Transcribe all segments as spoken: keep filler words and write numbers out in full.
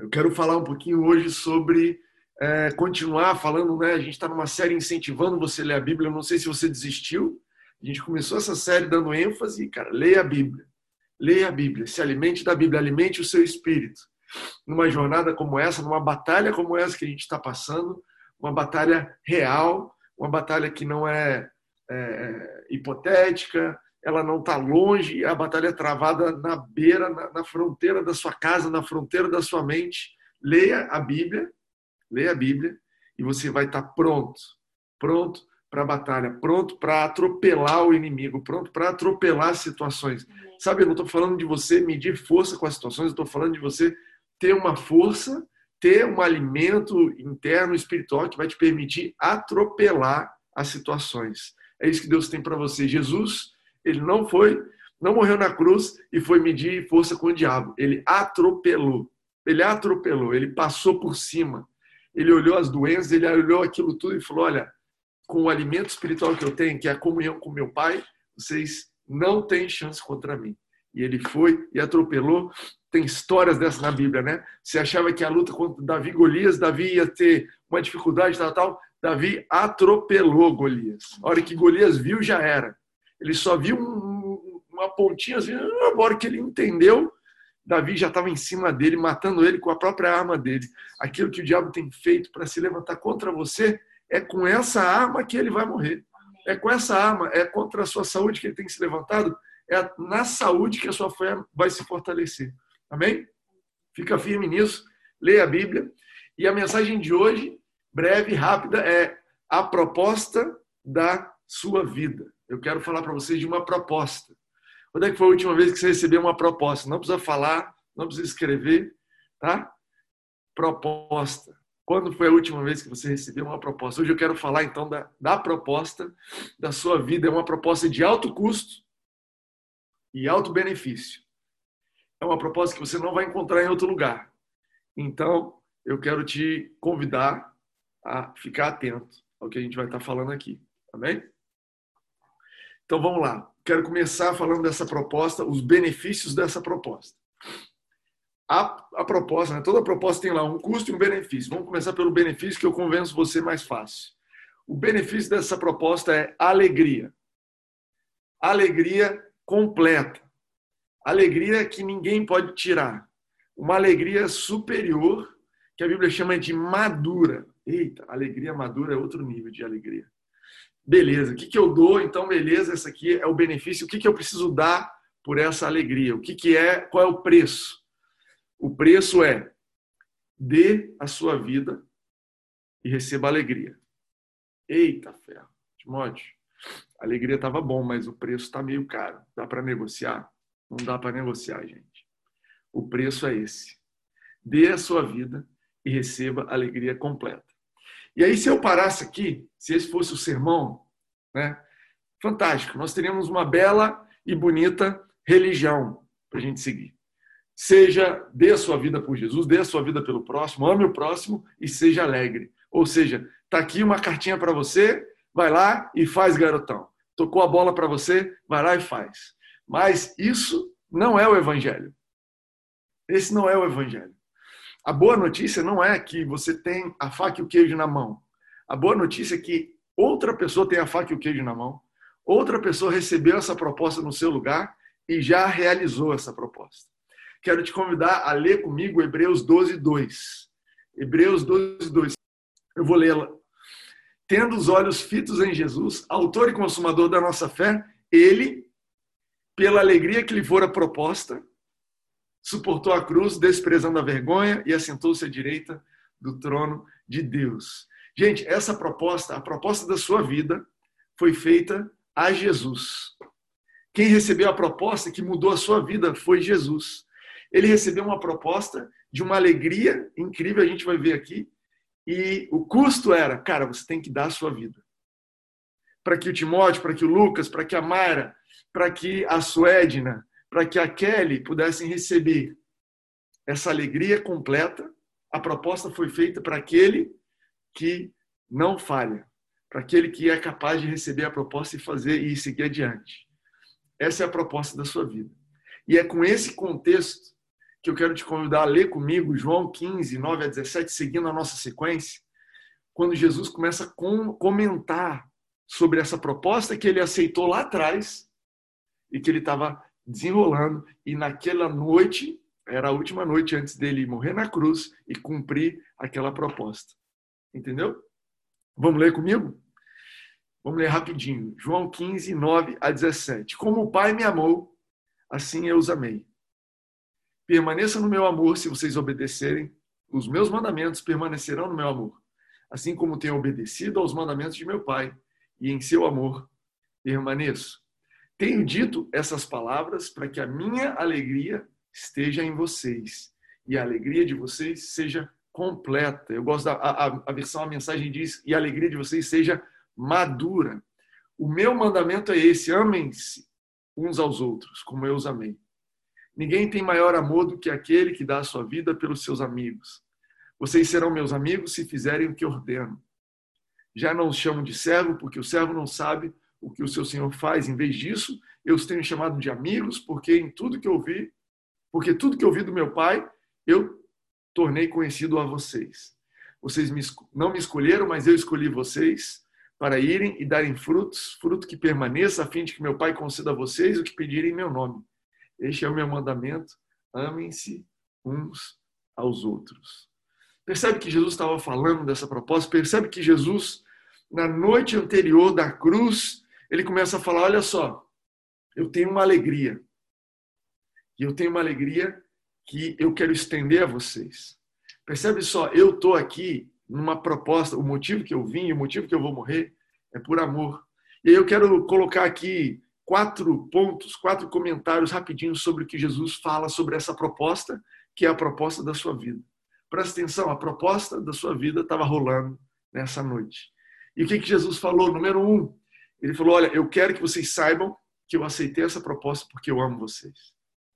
Eu quero falar um pouquinho hoje sobre é, continuar falando, né? A gente está numa série incentivando você a ler a Bíblia. Eu não sei se você desistiu. A gente começou essa série dando ênfase, cara, leia a Bíblia. Leia a Bíblia, se alimente da Bíblia, alimente o seu espírito. Numa jornada como essa, numa batalha como essa que a gente está passando, uma batalha real, uma batalha que não é, é hipotética, ela não está longe, a batalha é travada na beira, na, na fronteira da sua casa, na fronteira da sua mente. Leia a Bíblia, leia a Bíblia e você vai estar pronto, pronto para a batalha, pronto para atropelar o inimigo, pronto para atropelar as situações. Sabe, eu não estou falando de você medir força com as situações, eu estou falando de você ter uma força, ter um alimento interno, espiritual, que vai te permitir atropelar as situações. É isso que Deus tem para você. Jesus, ele não foi, não morreu na cruz e foi medir força com o diabo. Ele atropelou. Ele atropelou, ele passou por cima. Ele olhou as doenças, ele olhou aquilo tudo e falou, olha, com o alimento espiritual que eu tenho, que é a comunhão com meu Pai, vocês não têm chance contra mim. E ele foi e atropelou. Tem histórias dessas na Bíblia, né? Você achava que a luta contra Davi e Golias, Davi ia ter uma dificuldade, tal, tal. Davi atropelou Golias. A hora que Golias viu, já era. Ele só viu um, uma pontinha assim, a hora que ele entendeu, Davi já estava em cima dele, matando ele com a própria arma dele. Aquilo que o diabo tem feito para se levantar contra você, é com essa arma que ele vai morrer. É com essa arma, é contra a sua saúde que ele tem se levantado, é na saúde que a sua fé vai se fortalecer. Amém? Fica firme nisso, leia a Bíblia. E a mensagem de hoje, breve e rápida, é a proposta da sua vida. Eu quero falar para vocês de uma proposta. Quando é que foi a última vez que você recebeu uma proposta? Não precisa falar, não precisa escrever, tá? Proposta. Quando foi a última vez que você recebeu uma proposta? Hoje eu quero falar então da, da proposta da sua vida. É uma proposta de alto custo e alto benefício. É uma proposta que você não vai encontrar em outro lugar. Então, eu quero te convidar a ficar atento ao que a gente vai estar falando aqui. Amém? Então, vamos lá. Quero começar falando dessa proposta, os benefícios dessa proposta. A, a proposta, né? Toda proposta tem lá um custo e um benefício. Vamos começar pelo benefício que eu convenço você mais fácil. O benefício dessa proposta é alegria. Alegria completa. Alegria que ninguém pode tirar. Uma alegria superior, que a Bíblia chama de madura. Eita, alegria madura é outro nível de alegria. Beleza, o que, que eu dou? Então, beleza, esse aqui é o benefício. O que, que eu preciso dar por essa alegria? O que, que é? Qual é o preço? O preço é dê a sua vida e receba alegria. Eita ferro, Timóteo, a alegria estava bom, mas o preço está meio caro. Dá para negociar? Não dá para negociar, gente. O preço é esse. Dê a sua vida e receba alegria completa. E aí, se eu parasse aqui, se esse fosse o sermão, né? Fantástico. Nós teríamos uma bela e bonita religião para a gente seguir. Seja, dê a sua vida por Jesus, dê a sua vida pelo próximo, ame o próximo e seja alegre. Ou seja, está aqui uma cartinha para você, vai lá e faz, garotão. Tocou a bola para você, vai lá e faz. Mas isso não é o evangelho. Esse não é o evangelho. A boa notícia não é que você tem a faca e o queijo na mão. A boa notícia é que outra pessoa tem a faca e o queijo na mão, outra pessoa recebeu essa proposta no seu lugar e já realizou essa proposta. Quero te convidar a ler comigo Hebreus doze, dois. Hebreus doze, dois. Eu vou lê-la. Tendo os olhos fitos em Jesus, autor e consumador da nossa fé, ele, pela alegria que lhe fora proposta, suportou a cruz, desprezando a vergonha e assentou-se à direita do trono de Deus. Gente, essa proposta, a proposta da sua vida, foi feita a Jesus. Quem recebeu a proposta que mudou a sua vida foi Jesus. Ele recebeu uma proposta de uma alegria incrível, a gente vai ver aqui, e o custo era, cara, você tem que dar a sua vida. Para que o Timóteo, para que o Lucas, para que a Mayra, para que a Suedna, para que a Kelly pudessem receber essa alegria completa, a proposta foi feita para aquele que não falha, para aquele que é capaz de receber a proposta e fazer e seguir adiante. Essa é a proposta da sua vida. E é com esse contexto que eu quero te convidar a ler comigo, João quinze, nove a dezessete, seguindo a nossa sequência, quando Jesus começa a comentar sobre essa proposta que ele aceitou lá atrás e que ele estava desenrolando, e naquela noite, era a última noite antes dele morrer na cruz e cumprir aquela proposta. Entendeu? Vamos ler comigo? Vamos ler rapidinho. João quinze, nove a dezessete. Como o Pai me amou, assim eu os amei. Permaneça no meu amor se vocês obedecerem. Os meus mandamentos permanecerão no meu amor. Assim como tenho obedecido aos mandamentos de meu Pai, e em seu amor permaneço. Tenho dito essas palavras para que a minha alegria esteja em vocês e a alegria de vocês seja completa. Eu gosto da a, a versão, a mensagem diz, e a alegria de vocês seja madura. O meu mandamento é esse: amem-se uns aos outros, como eu os amei. Ninguém tem maior amor do que aquele que dá a sua vida pelos seus amigos. Vocês serão meus amigos se fizerem o que ordeno. Já não os chamo de servo, porque o servo não sabe o que o seu senhor faz. Em vez disso, eu os tenho chamado de amigos, porque em tudo que eu vi, porque tudo que eu vi do meu Pai, eu tornei conhecido a vocês. Vocês me, não me escolheram, mas eu escolhi vocês para irem e darem frutos, fruto que permaneça, a fim de que meu Pai conceda a vocês o que pedirem em meu nome. Este é o meu mandamento: amem-se uns aos outros. Percebe que Jesus estava falando dessa proposta? Percebe que Jesus, na noite anterior da cruz, ele começa a falar: olha só, eu tenho uma alegria. E eu tenho uma alegria que eu quero estender a vocês. Percebe só, eu estou aqui numa proposta, o motivo que eu vim, o motivo que eu vou morrer é por amor. E aí eu quero colocar aqui quatro pontos, quatro comentários rapidinhos sobre o que Jesus fala sobre essa proposta, que é a proposta da sua vida. Presta atenção, a proposta da sua vida estava rolando nessa noite. E o que, que Jesus falou? Número um, ele falou: olha, eu quero que vocês saibam que eu aceitei essa proposta porque eu amo vocês.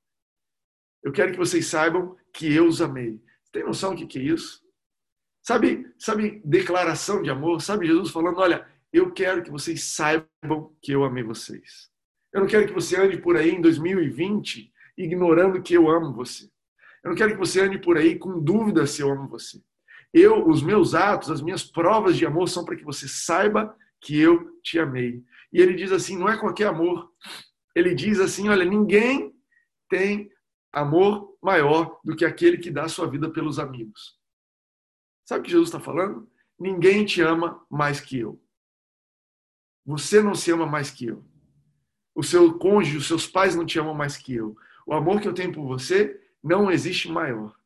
Eu quero que vocês saibam que eu os amei. Tem noção do que, que é isso? Sabe, sabe declaração de amor? Sabe Jesus falando: olha, eu quero que vocês saibam que eu amei vocês. Eu não quero que você ande por aí em dois mil e vinte ignorando que eu amo você. Eu não quero que você ande por aí com dúvida se eu amo você. Eu, os meus atos, as minhas provas de amor são para que você saiba que eu te amei. E ele diz assim, não é qualquer amor. Ele diz assim, olha, ninguém tem amor maior do que aquele que dá a sua vida pelos amigos. Sabe o que Jesus está falando? Ninguém te ama mais que eu. Você não se ama mais que eu. O seu cônjuge, os seus pais não te amam mais que eu. O amor que eu tenho por você não existe maior.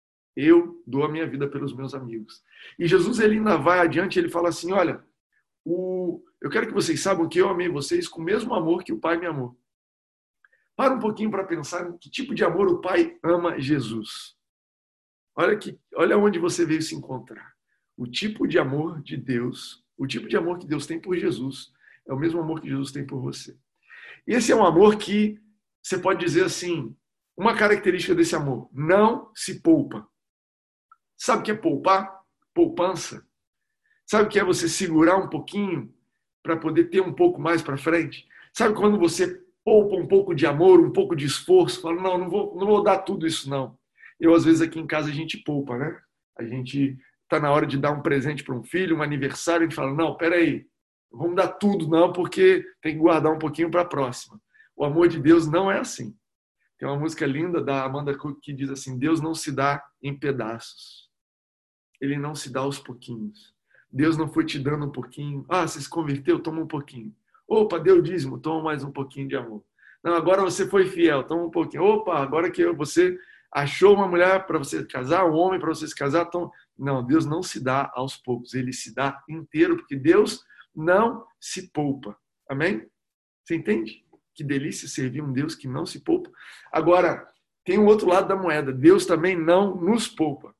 Eu dou a minha vida pelos meus amigos. E Jesus, ele ainda vai adiante, ele fala assim, olha, o... eu quero que vocês saibam que eu amei vocês com o mesmo amor que o Pai me amou. Para um pouquinho para pensar em que tipo de amor o Pai ama Jesus. Olha, que, olha onde você veio se encontrar. O tipo de amor de Deus, o tipo de amor que Deus tem por Jesus, é o mesmo amor que Jesus tem por você. E esse é um amor que você pode dizer assim, uma característica desse amor, não se poupa. Sabe o que é poupar? Poupança. Sabe o que é você segurar um pouquinho para poder ter um pouco mais para frente? Sabe quando você poupa um pouco de amor, um pouco de esforço, fala, não, não vou, não vou dar tudo isso não. Eu, às vezes, aqui em casa a gente poupa, né? A gente está na hora de dar um presente para um filho, um aniversário, a gente fala, não, peraí, vamos dar tudo não, porque tem que guardar um pouquinho para a próxima. O amor de Deus não é assim. Tem uma música linda da Amanda Cook que diz assim, Deus não se dá em pedaços. Ele não se dá aos pouquinhos. Deus não foi te dando um pouquinho. Ah, você se converteu? Toma um pouquinho. Opa, deu dízimo? Toma mais um pouquinho de amor. Não, agora você foi fiel? Toma um pouquinho. Opa, agora que você achou uma mulher para você casar, um homem para você se casar? Toma... Não, Deus não se dá aos poucos. Ele se dá inteiro, porque Deus não se poupa. Amém? Você entende? Que delícia servir um Deus que não se poupa. Agora, tem um outro lado da moeda. Deus também não nos poupa.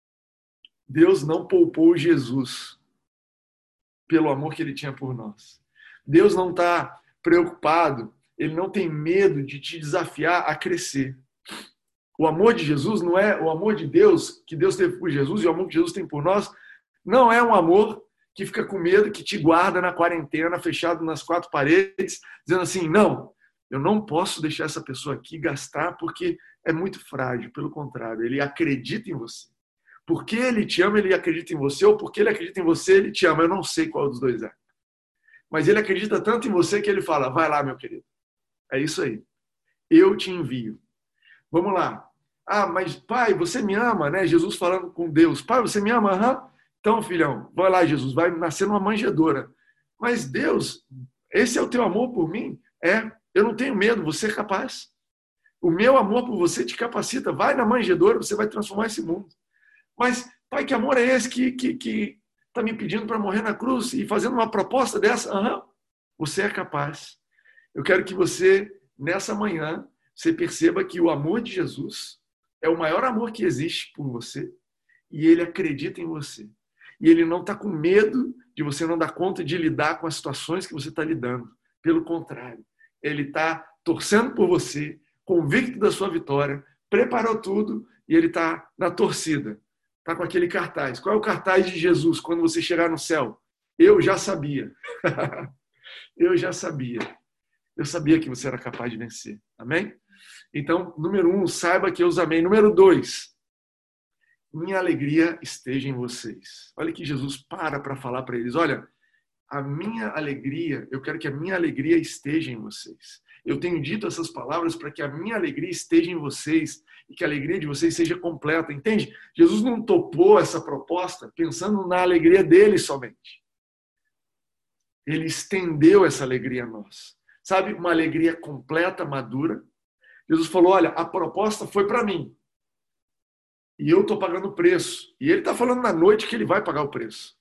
Deus não poupou Jesus pelo amor que ele tinha por nós. Deus não está preocupado, ele não tem medo de te desafiar a crescer. O amor de Jesus não é o amor de Deus, que Deus teve por Jesus, e o amor que Jesus tem por nós, não é um amor que fica com medo, que te guarda na quarentena, fechado nas quatro paredes, dizendo assim, não, eu não posso deixar essa pessoa aqui gastar porque é muito frágil, pelo contrário, ele acredita em você. Porque ele te ama, ele acredita em você, ou porque ele acredita em você, ele te ama. Eu não sei qual dos dois é. Mas ele acredita tanto em você que ele fala, vai lá, meu querido. É isso aí. Eu te envio. Vamos lá. Ah, mas pai, você me ama, né? Jesus falando com Deus. Pai, você me ama? Aham. Então, filhão, vai lá, Jesus, vai nascer numa manjedoura. Mas Deus, esse é o teu amor por mim? É, eu não tenho medo, você é capaz. O meu amor por você te capacita. Vai na manjedoura, você vai transformar esse mundo. Mas, pai, que amor é esse que que que está me pedindo para morrer na cruz e fazendo uma proposta dessa? Aham, você é capaz. Eu quero que você, nessa manhã, você perceba que o amor de Jesus é o maior amor que existe por você e ele acredita em você. E ele não está com medo de você não dar conta de lidar com as situações que você está lidando. Pelo contrário, ele está torcendo por você, convicto da sua vitória, preparou tudo e ele está na torcida. Está com aquele cartaz. Qual é o cartaz de Jesus quando você chegar no céu? Eu já sabia. Eu já sabia. Eu sabia que você era capaz de vencer. Amém? Então, número um, saiba que eu os amei. Número dois, minha alegria esteja em vocês. Olha que Jesus para para falar para eles. Olha, a minha alegria, eu quero que a minha alegria esteja em vocês. Eu tenho dito essas palavras para que a minha alegria esteja em vocês e que a alegria de vocês seja completa. Entende? Jesus não topou essa proposta pensando na alegria dele somente. Ele estendeu essa alegria a nós. Sabe, uma alegria completa, madura. Jesus falou, olha, a proposta foi para mim. E eu estou pagando o preço. E ele está falando na noite que ele vai pagar o preço.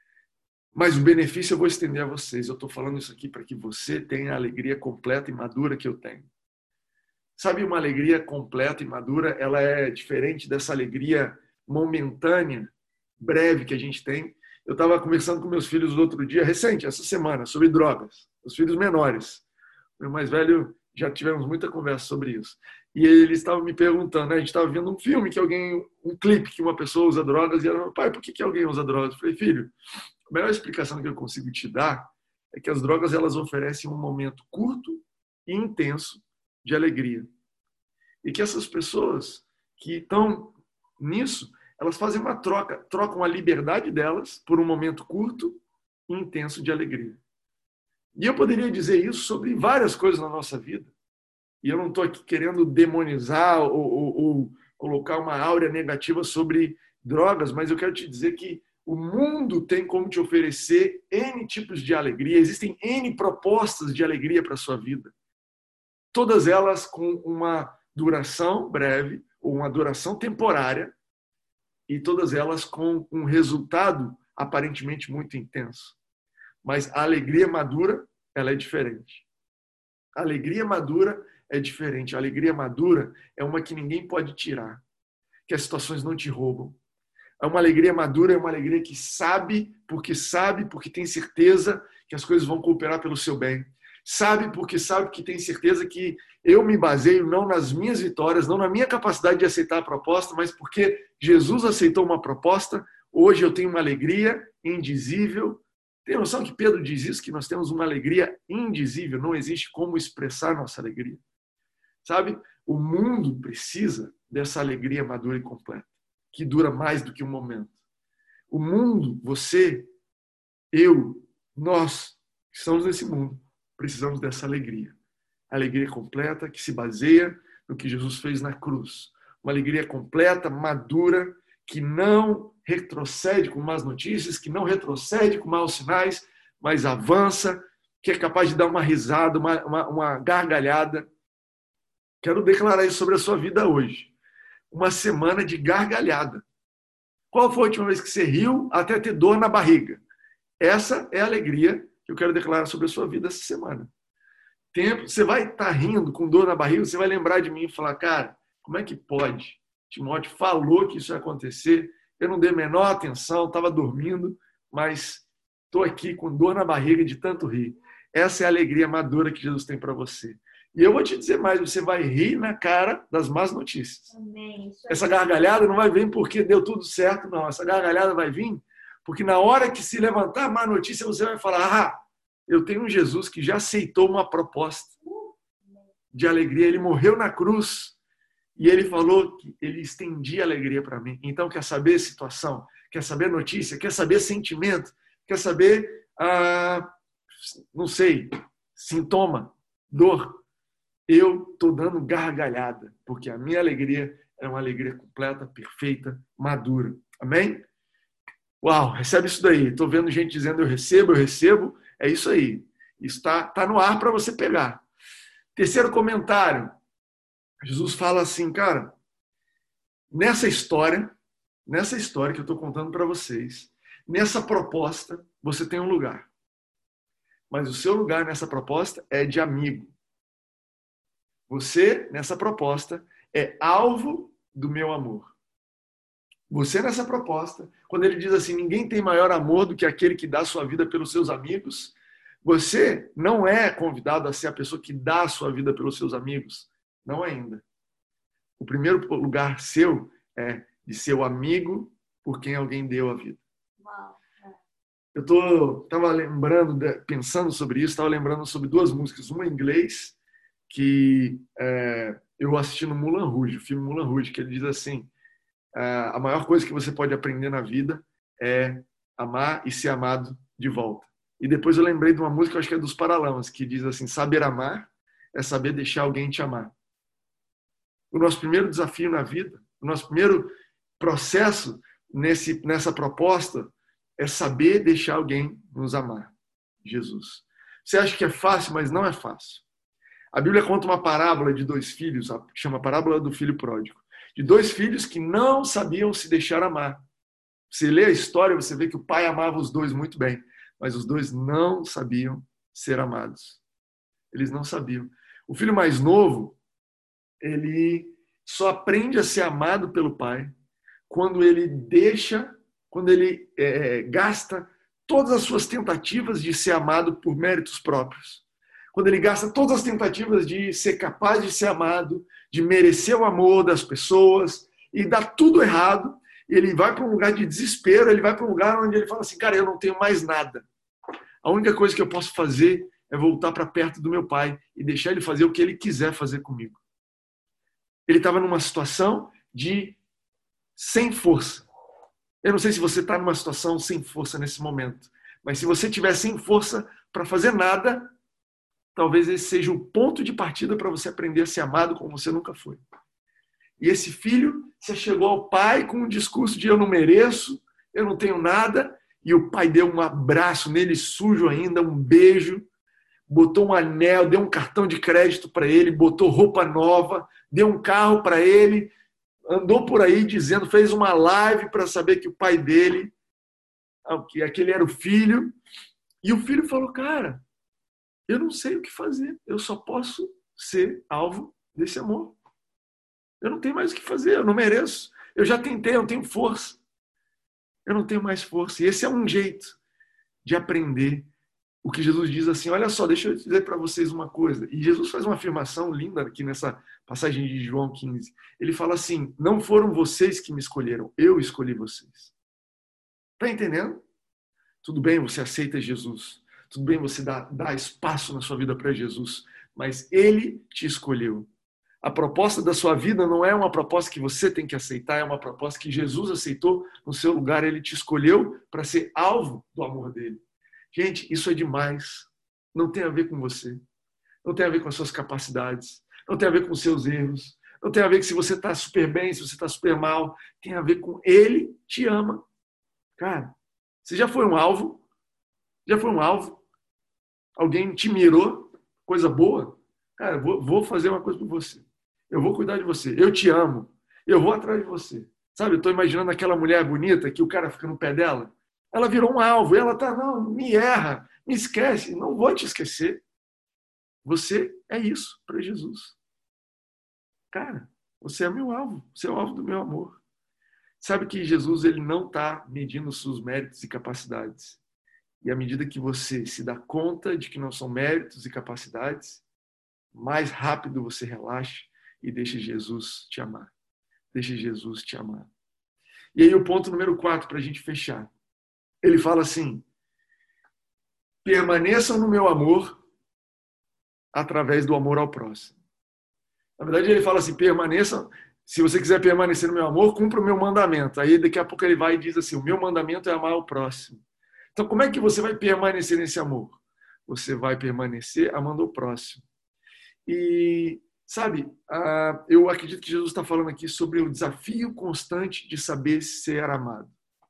Mas o benefício eu vou estender a vocês. Eu estou falando isso aqui para que você tenha a alegria completa e madura que eu tenho. Sabe, uma alegria completa e madura, ela é diferente dessa alegria momentânea, breve que a gente tem. Eu estava conversando com meus filhos no outro dia, recente, essa semana, sobre drogas. Os filhos menores. Meu mais velho, já tivemos muita conversa sobre isso. E eles estavam me perguntando, né? A gente estava vendo um filme que alguém, um clipe que uma pessoa usa drogas e ela, pai, por que, que alguém usa drogas? Eu falei, filho, a melhor explicação que eu consigo te dar é que as drogas elas oferecem um momento curto e intenso de alegria. E que essas pessoas que estão nisso, elas fazem uma troca, trocam a liberdade delas por um momento curto e intenso de alegria. E eu poderia dizer isso sobre várias coisas na nossa vida. E eu não estou aqui querendo demonizar ou, ou, ou colocar uma áurea negativa sobre drogas, mas eu quero te dizer que o mundo tem como te oferecer N tipos de alegria, existem N propostas de alegria para a sua vida. Todas elas com uma duração breve ou uma duração temporária e todas elas com um resultado aparentemente muito intenso. Mas a alegria madura, ela é diferente. A alegria madura é diferente. A alegria madura é uma que ninguém pode tirar, que as situações não te roubam. É uma alegria madura, é uma alegria que sabe, porque sabe, porque tem certeza que as coisas vão cooperar pelo seu bem. Sabe, porque sabe que tem certeza que eu me baseio não nas minhas vitórias, não na minha capacidade de aceitar a proposta, mas porque Jesus aceitou uma proposta, hoje eu tenho uma alegria indizível. Tem noção que Pedro diz isso, que nós temos uma alegria indizível, não existe como expressar nossa alegria. Sabe, o mundo precisa dessa alegria madura e completa, que dura mais do que um momento. O mundo, você, eu, nós que estamos nesse mundo, precisamos dessa alegria. Alegria completa que se baseia no que Jesus fez na cruz. Uma alegria completa, madura, que não retrocede com más notícias, que não retrocede com maus sinais, mas avança, que é capaz de dar uma risada, uma, uma, uma gargalhada. Quero declarar isso sobre a sua vida hoje. Uma semana de gargalhada. Qual foi a última vez que você riu até ter dor na barriga? Essa é a alegria que eu quero declarar sobre a sua vida essa semana. Tempo, você vai estar rindo com dor na barriga, você vai lembrar de mim e falar, cara, como é que pode? Timóteo falou que isso ia acontecer, eu não dei a menor atenção, estava dormindo, mas estou aqui com dor na barriga de tanto rir. Essa é a alegria madura que Jesus tem para você. E eu vou te dizer mais, você vai rir na cara das más notícias. Amém. Essa gargalhada não vai vir porque deu tudo certo, não. Essa gargalhada vai vir porque na hora que se levantar a má notícia, você vai falar, ah, eu tenho um Jesus que já aceitou uma proposta de alegria. Ele morreu na cruz E ele falou que ele estendia alegria para mim. Então, quer saber situação? Quer saber notícia? Quer saber sentimento? Quer saber, ah, não sei, sintoma, dor? Eu estou dando gargalhada, porque a minha alegria é uma alegria completa, perfeita, madura. Amém? Uau, recebe isso daí. Estou vendo gente dizendo eu recebo, eu recebo. É isso aí. Está tá no ar para você pegar. Terceiro comentário. Jesus fala assim, cara, nessa história, nessa história que eu estou contando para vocês, nessa proposta, você tem um lugar. Mas o seu lugar nessa proposta é de amigo. Você, nessa proposta, é alvo do meu amor. Você, nessa proposta, quando ele diz assim, ninguém tem maior amor do que aquele que dá sua vida pelos seus amigos, você não é convidado a ser a pessoa que dá a sua vida pelos seus amigos. Não ainda. O primeiro lugar seu é de ser o amigo por quem alguém deu a vida. Uau. Eu tô, tava lembrando, pensando sobre isso, estava lembrando sobre duas músicas. Uma em inglês, que é, eu assisti no Moulin Rouge, o filme Moulin Rouge, que ele diz assim, a maior coisa que você pode aprender na vida é amar e ser amado de volta. E depois eu lembrei de uma música, acho que é dos Paralamas, que diz assim, saber amar é saber deixar alguém te amar. O nosso primeiro desafio na vida, o nosso primeiro processo nesse, nessa proposta é saber deixar alguém nos amar. Jesus. Você acha que é fácil, mas não é fácil. A Bíblia conta uma parábola de dois filhos, chama a parábola do filho pródigo, de dois filhos que não sabiam se deixar amar. Você lê a história, você vê que o pai amava os dois muito bem, mas os dois não sabiam ser amados. Eles não sabiam. O filho mais novo, ele só aprende a ser amado pelo pai quando ele deixa, quando ele é, gasta todas as suas tentativas de ser amado por méritos próprios. Quando ele gasta todas as tentativas de ser capaz de ser amado, de merecer o amor das pessoas, e dá tudo errado, ele vai para um lugar de desespero, ele vai para um lugar onde ele fala assim, cara, eu não tenho mais nada. A única coisa que eu posso fazer é voltar para perto do meu pai e deixar ele fazer o que ele quiser fazer comigo. Ele estava numa situação de sem força. Eu não sei se você está numa situação sem força nesse momento, mas se você estiver sem força para fazer nada, talvez esse seja o ponto de partida para você aprender a ser amado como você nunca foi. E esse filho se chegou ao pai com um discurso de eu não mereço, eu não tenho nada, e o pai deu um abraço nele, sujo ainda, um beijo, botou um anel, deu um cartão de crédito para ele, botou roupa nova, deu um carro para ele, andou por aí dizendo, fez uma live para saber que o pai dele, que aquele era o filho, e o filho falou, cara, eu não sei o que fazer, eu só posso ser alvo desse amor. Eu não tenho mais o que fazer, eu não mereço. Eu já tentei, eu não tenho força. Eu não tenho mais força. E esse é um jeito de aprender o que Jesus diz assim, olha só, deixa eu dizer para vocês uma coisa. E Jesus faz uma afirmação linda aqui nessa passagem de João quinze. Ele fala assim, não foram vocês que me escolheram, eu escolhi vocês. Está entendendo? Tudo bem, você aceita Jesus. Tudo bem, você dá, dá espaço na sua vida para Jesus. Mas Ele te escolheu. A proposta da sua vida não é uma proposta que você tem que aceitar, é uma proposta que Jesus aceitou no seu lugar. Ele te escolheu para ser alvo do amor dele. Gente, isso é demais. Não tem a ver com você. Não tem a ver com as suas capacidades. Não tem a ver com os seus erros. Não tem a ver com se você está super bem, se você está super mal. Tem a ver com Ele te ama. Cara, você já foi um alvo? Já foi um alvo? Alguém te mirou? Coisa boa? Cara, vou, vou fazer uma coisa por você. Eu vou cuidar de você. Eu te amo. Eu vou atrás de você. Sabe, eu estou imaginando aquela mulher bonita que o cara fica no pé dela. Ela virou um alvo. Ela tá, não, me erra, me esquece. Não vou te esquecer. Você é isso para Jesus. Cara, você é meu alvo. Você é o alvo do meu amor. Sabe que Jesus ele não está medindo os seus méritos e capacidades. E à medida que você se dá conta de que não são méritos e capacidades, mais rápido você relaxa e deixa Jesus te amar. Deixa Jesus te amar. E aí o ponto número quatro, para a gente fechar. Ele fala assim, permaneçam no meu amor através do amor ao próximo. Na verdade ele fala assim, permaneçam, se você quiser permanecer no meu amor, cumpra o meu mandamento. Aí daqui a pouco ele vai e diz assim, o meu mandamento é amar o próximo. Então como é que você vai permanecer nesse amor? Você vai permanecer amando o próximo. E, sabe, eu acredito que Jesus está falando aqui sobre o desafio constante de saber ser amado.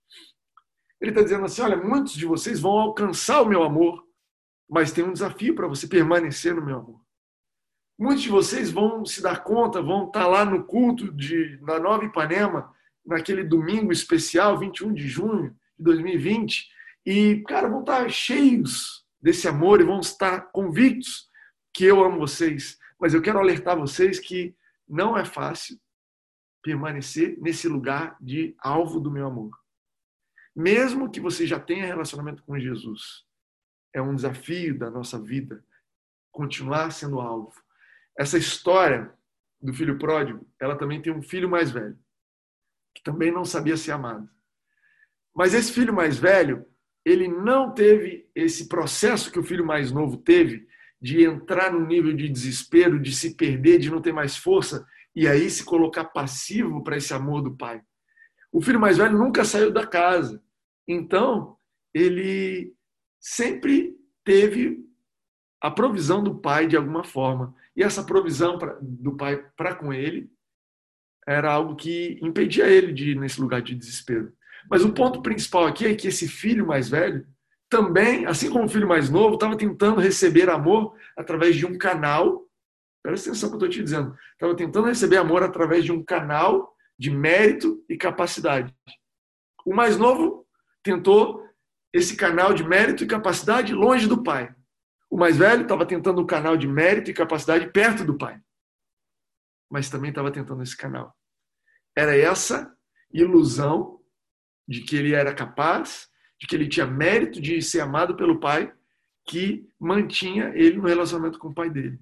Ele está dizendo assim, olha, muitos de vocês vão alcançar o meu amor, mas tem um desafio para você permanecer no meu amor. Muitos de vocês vão se dar conta, vão estar lá no culto de, na Nova Ipanema, naquele domingo especial, vinte e um de junho de dois mil e vinte, e, cara, vão estar cheios desse amor e vão estar convictos que eu amo vocês. Mas eu quero alertar vocês que não é fácil permanecer nesse lugar de alvo do meu amor. Mesmo que você já tenha relacionamento com Jesus, é um desafio da nossa vida continuar sendo alvo. Essa história do filho pródigo, ela também tem um filho mais velho, que também não sabia ser amado. Mas esse filho mais velho, ele não teve esse processo que o filho mais novo teve, de entrar no nível de desespero, de se perder, de não ter mais força, e aí se colocar passivo para esse amor do pai. O filho mais velho nunca saiu da casa. Então, ele sempre teve a provisão do pai de alguma forma. E essa provisão pra, do pai para com ele era algo que impedia ele de ir nesse lugar de desespero. Mas o ponto principal aqui é que esse filho mais velho também, assim como o filho mais novo, estava tentando receber amor através de um canal. Presta atenção no que eu estou te dizendo. Estava tentando receber amor através de um canal de mérito e capacidade. O mais novo tentou esse canal de mérito e capacidade longe do pai. O mais velho estava tentando um canal de mérito e capacidade perto do pai. Mas também estava tentando esse canal. Era essa ilusão de que ele era capaz, de que ele tinha mérito de ser amado pelo pai, que mantinha ele no relacionamento com o pai dele.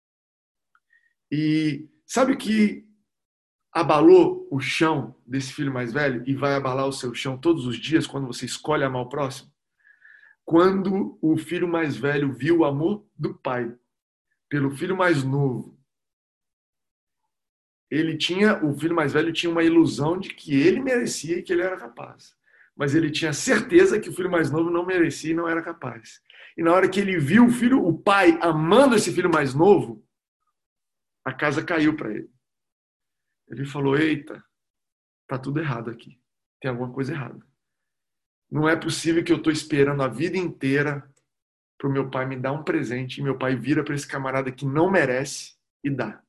E sabe o que abalou o chão desse filho mais velho e vai abalar o seu chão todos os dias quando você escolhe amar o próximo? Quando o filho mais velho viu o amor do pai pelo filho mais novo, ele tinha, o filho mais velho tinha uma ilusão de que ele merecia e que ele era capaz. Mas ele tinha certeza que o filho mais novo não merecia e não era capaz. E na hora que ele viu o filho, o pai amando esse filho mais novo, a casa caiu para ele. Ele falou, eita, tá tudo errado aqui. Tem alguma coisa errada. Não é possível que eu estou esperando a vida inteira para o meu pai me dar um presente e meu pai vira para esse camarada que não merece e dá.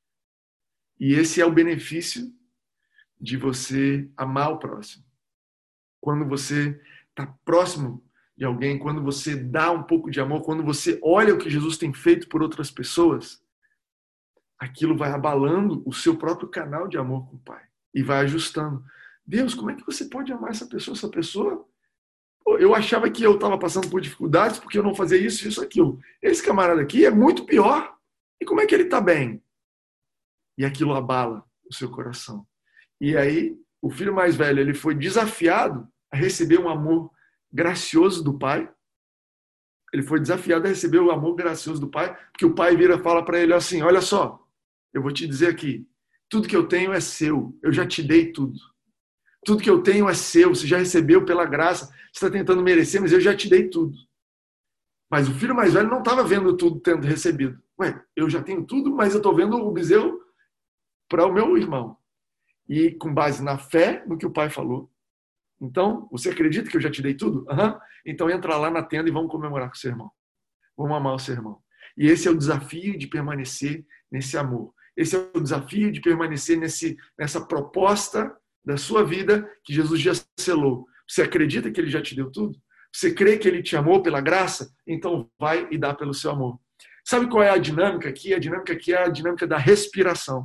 E esse é o benefício de você amar o próximo. Quando você está próximo de alguém, quando você dá um pouco de amor, quando você olha o que Jesus tem feito por outras pessoas, aquilo vai abalando o seu próprio canal de amor com o Pai e vai ajustando. Deus, como é que você pode amar essa pessoa? Essa pessoa, eu achava que eu estava passando por dificuldades porque eu não fazia isso, isso, aquilo. Esse camarada aqui é muito pior. E como é que ele está bem? E aquilo abala o seu coração. E aí, o filho mais velho, ele foi desafiado a receber um amor gracioso do pai. Ele foi desafiado a receber o amor gracioso do pai, porque o pai vira e fala para ele assim, olha só, eu vou te dizer aqui, tudo que eu tenho é seu, eu já te dei tudo. Tudo que eu tenho é seu, você já recebeu pela graça, você está tentando merecer, mas eu já te dei tudo. Mas o filho mais velho não estava vendo tudo tendo recebido. Ué, eu já tenho tudo, mas eu estou vendo o bezerro para o meu irmão. E com base na fé, no que o pai falou. Então, você acredita que eu já te dei tudo? Uhum. Então entra lá na tenda e vamos comemorar com o seu irmão. Vamos amar o seu irmão. E esse é o desafio de permanecer nesse amor. Esse é o desafio de permanecer nesse, nessa proposta da sua vida que Jesus já selou. Você acredita que ele já te deu tudo? Você crê que ele te amou pela graça? Então vai e dá pelo seu amor. Sabe qual é a dinâmica aqui? A dinâmica aqui é a dinâmica da respiração.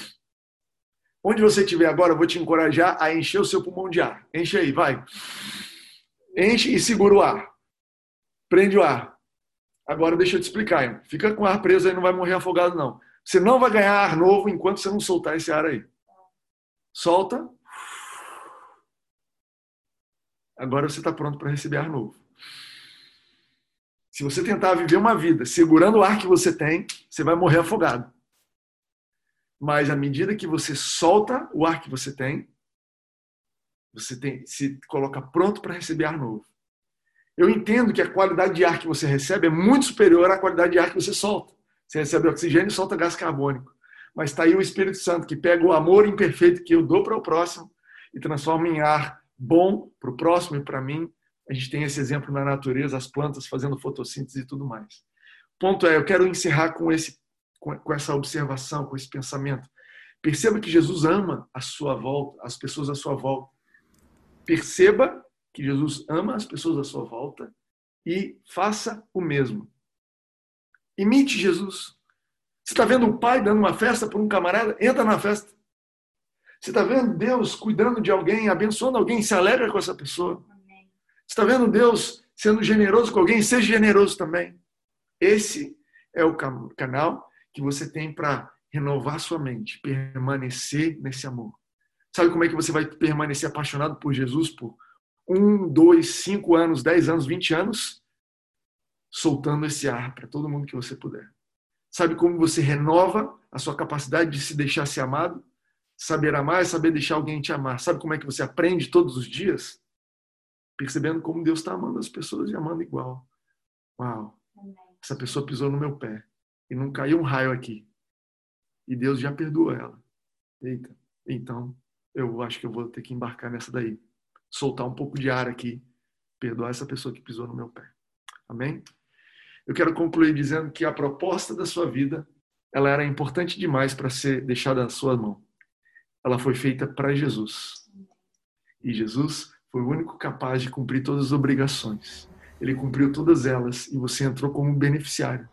Onde você estiver agora, eu vou te encorajar a encher o seu pulmão de ar. Enche aí, vai. Enche e segura o ar. Prende o ar. Agora deixa eu te explicar, hein? Fica com o ar preso aí, não vai morrer afogado, não. Você não vai ganhar ar novo enquanto você não soltar esse ar aí. Solta. Agora você está pronto para receber ar novo. Se você tentar viver uma vida segurando o ar que você tem, você vai morrer afogado. Mas à medida que você solta o ar que você tem, você tem, se coloca pronto para receber ar novo. Eu entendo que a qualidade de ar que você recebe é muito superior à qualidade de ar que você solta. Você recebe oxigênio e solta gás carbônico. Mas está aí o Espírito Santo que pega o amor imperfeito que eu dou para o próximo e transforma em ar bom para o próximo e para mim. A gente tem esse exemplo na natureza, as plantas fazendo fotossíntese e tudo mais. O ponto é, eu quero encerrar com, esse, com essa observação, com esse pensamento. Perceba que Jesus ama a sua volta, as pessoas à sua volta. Perceba que Jesus ama as pessoas à sua volta e faça o mesmo. Imite Jesus. Você está vendo o pai dando uma festa para um camarada? Entra na festa. Você está vendo Deus cuidando de alguém, abençoando alguém? Se alegra com essa pessoa. Amém. Você está vendo Deus sendo generoso com alguém? Seja generoso também. Esse é o canal que você tem para renovar sua mente, permanecer nesse amor. Sabe como é que você vai permanecer apaixonado por Jesus por um, dois, cinco anos, dez anos, vinte anos? Soltando esse ar para todo mundo que você puder. Sabe como você renova a sua capacidade de se deixar ser amado? Saber amar é saber deixar alguém te amar. Sabe como é que você aprende todos os dias? Percebendo como Deus está amando as pessoas e amando igual. Uau! Essa pessoa pisou no meu pé e não caiu um raio aqui. E Deus já perdoou ela. Eita, então eu acho que eu vou ter que embarcar nessa daí. Soltar um pouco de ar aqui. Perdoar essa pessoa que pisou no meu pé. Amém? Eu quero concluir dizendo que a proposta da sua vida, ela era importante demais para ser deixada na sua mão. Ela foi feita para Jesus. E Jesus foi o único capaz de cumprir todas as obrigações. Ele cumpriu todas elas e você entrou como beneficiário.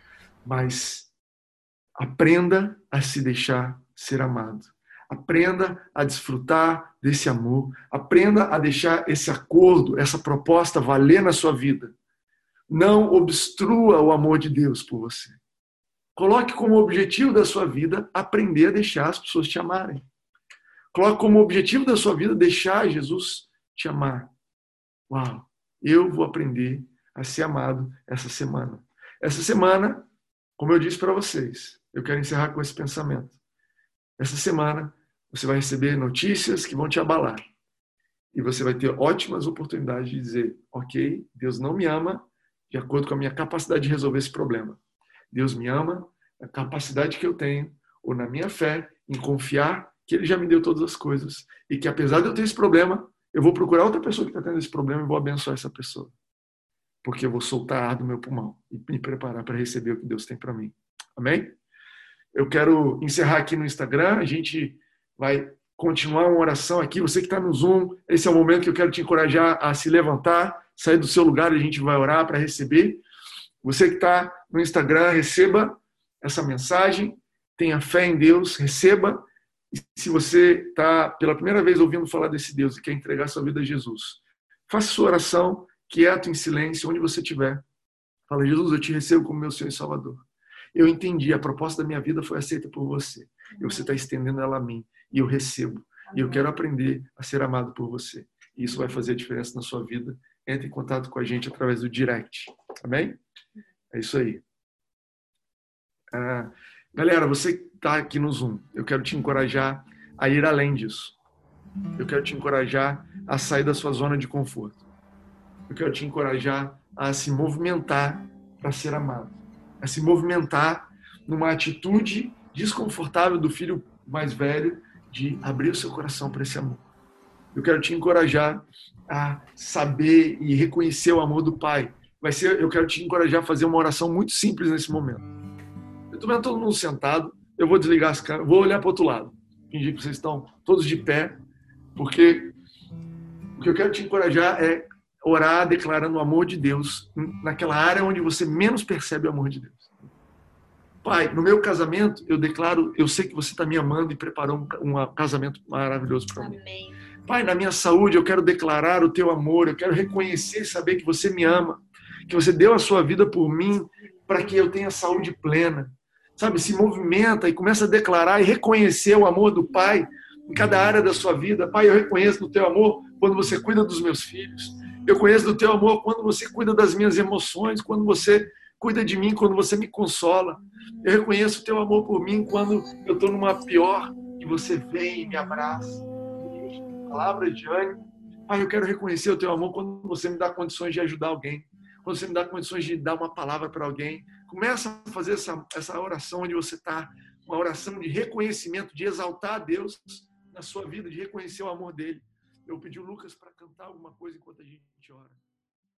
Mas aprenda a se deixar ser amado. Aprenda a desfrutar desse amor. Aprenda a deixar esse acordo, essa proposta valer na sua vida. Não obstrua o amor de Deus por você. Coloque como objetivo da sua vida aprender a deixar as pessoas te amarem. Coloque como objetivo da sua vida deixar Jesus te amar. Uau! Eu vou aprender a ser amado essa semana. Essa semana, como eu disse para vocês, eu quero encerrar com esse pensamento. Essa semana, você vai receber notícias que vão te abalar. E você vai ter ótimas oportunidades de dizer, ok, Deus não me ama de acordo com a minha capacidade de resolver esse problema. Deus me ama, a capacidade que eu tenho, ou na minha fé, em confiar que Ele já me deu todas as coisas. E que apesar de eu ter esse problema, eu vou procurar outra pessoa que está tendo esse problema e vou abençoar essa pessoa. Porque eu vou soltar ar do meu pulmão e me preparar para receber o que Deus tem para mim. Amém? Eu quero encerrar aqui no Instagram. A gente vai continuar uma oração aqui. Você que está no Zoom, esse é o momento que eu quero te encorajar a se levantar, sair do seu lugar e a gente vai orar para receber. Você que está no Instagram, receba essa mensagem. Tenha fé em Deus, receba. E se você está pela primeira vez ouvindo falar desse Deus e quer entregar sua vida a Jesus, faça sua oração, quieto, em silêncio, onde você estiver. Fala, Jesus, eu te recebo como meu Senhor e Salvador. Eu entendi, a proposta da minha vida foi aceita por você. E você está estendendo ela a mim. E eu recebo. E eu quero aprender a ser amado por você. E isso vai fazer a diferença na sua vida. Entre em contato com a gente através do direct. Amém? É isso aí. Ah, galera, você que está aqui no Zoom, eu quero te encorajar a ir além disso. Eu quero te encorajar a sair da sua zona de conforto. Eu quero te encorajar a se movimentar para ser amado. A se movimentar numa atitude desconfortável do filho mais velho de abrir o seu coração para esse amor. Eu quero te encorajar a saber e reconhecer o amor do Pai. Vai ser, eu quero te encorajar a fazer uma oração muito simples nesse momento. Eu estou vendo todo mundo sentado, eu vou desligar as câmeras, vou olhar para o outro lado, fingir que vocês estão todos de pé, porque o que eu quero te encorajar é orar declarando o amor de Deus naquela área onde você menos percebe o amor de Deus. Pai, no meu casamento, eu declaro, eu sei que você está me amando e preparou um, um casamento maravilhoso para mim. Amém. Pai, na minha saúde, eu quero declarar o teu amor, eu quero reconhecer e saber que você me ama, que você deu a sua vida por mim para que eu tenha saúde plena. Sabe, se movimenta e começa a declarar e reconhecer o amor do Pai em cada área da sua vida. Pai, eu reconheço do teu amor quando você cuida dos meus filhos. Eu conheço do teu amor quando você cuida das minhas emoções, quando você cuida de mim quando você me consola. Eu reconheço o teu amor por mim quando eu estou numa pior, e você vem e me abraça. Palavras de ânimo. Pai, eu quero reconhecer o teu amor quando você me dá condições de ajudar alguém, quando você me dá condições de dar uma palavra para alguém. Começa a fazer essa, essa oração onde você está, uma oração de reconhecimento, de exaltar a Deus na sua vida, de reconhecer o amor dele. Eu pedi o Lucas para cantar alguma coisa enquanto a gente ora.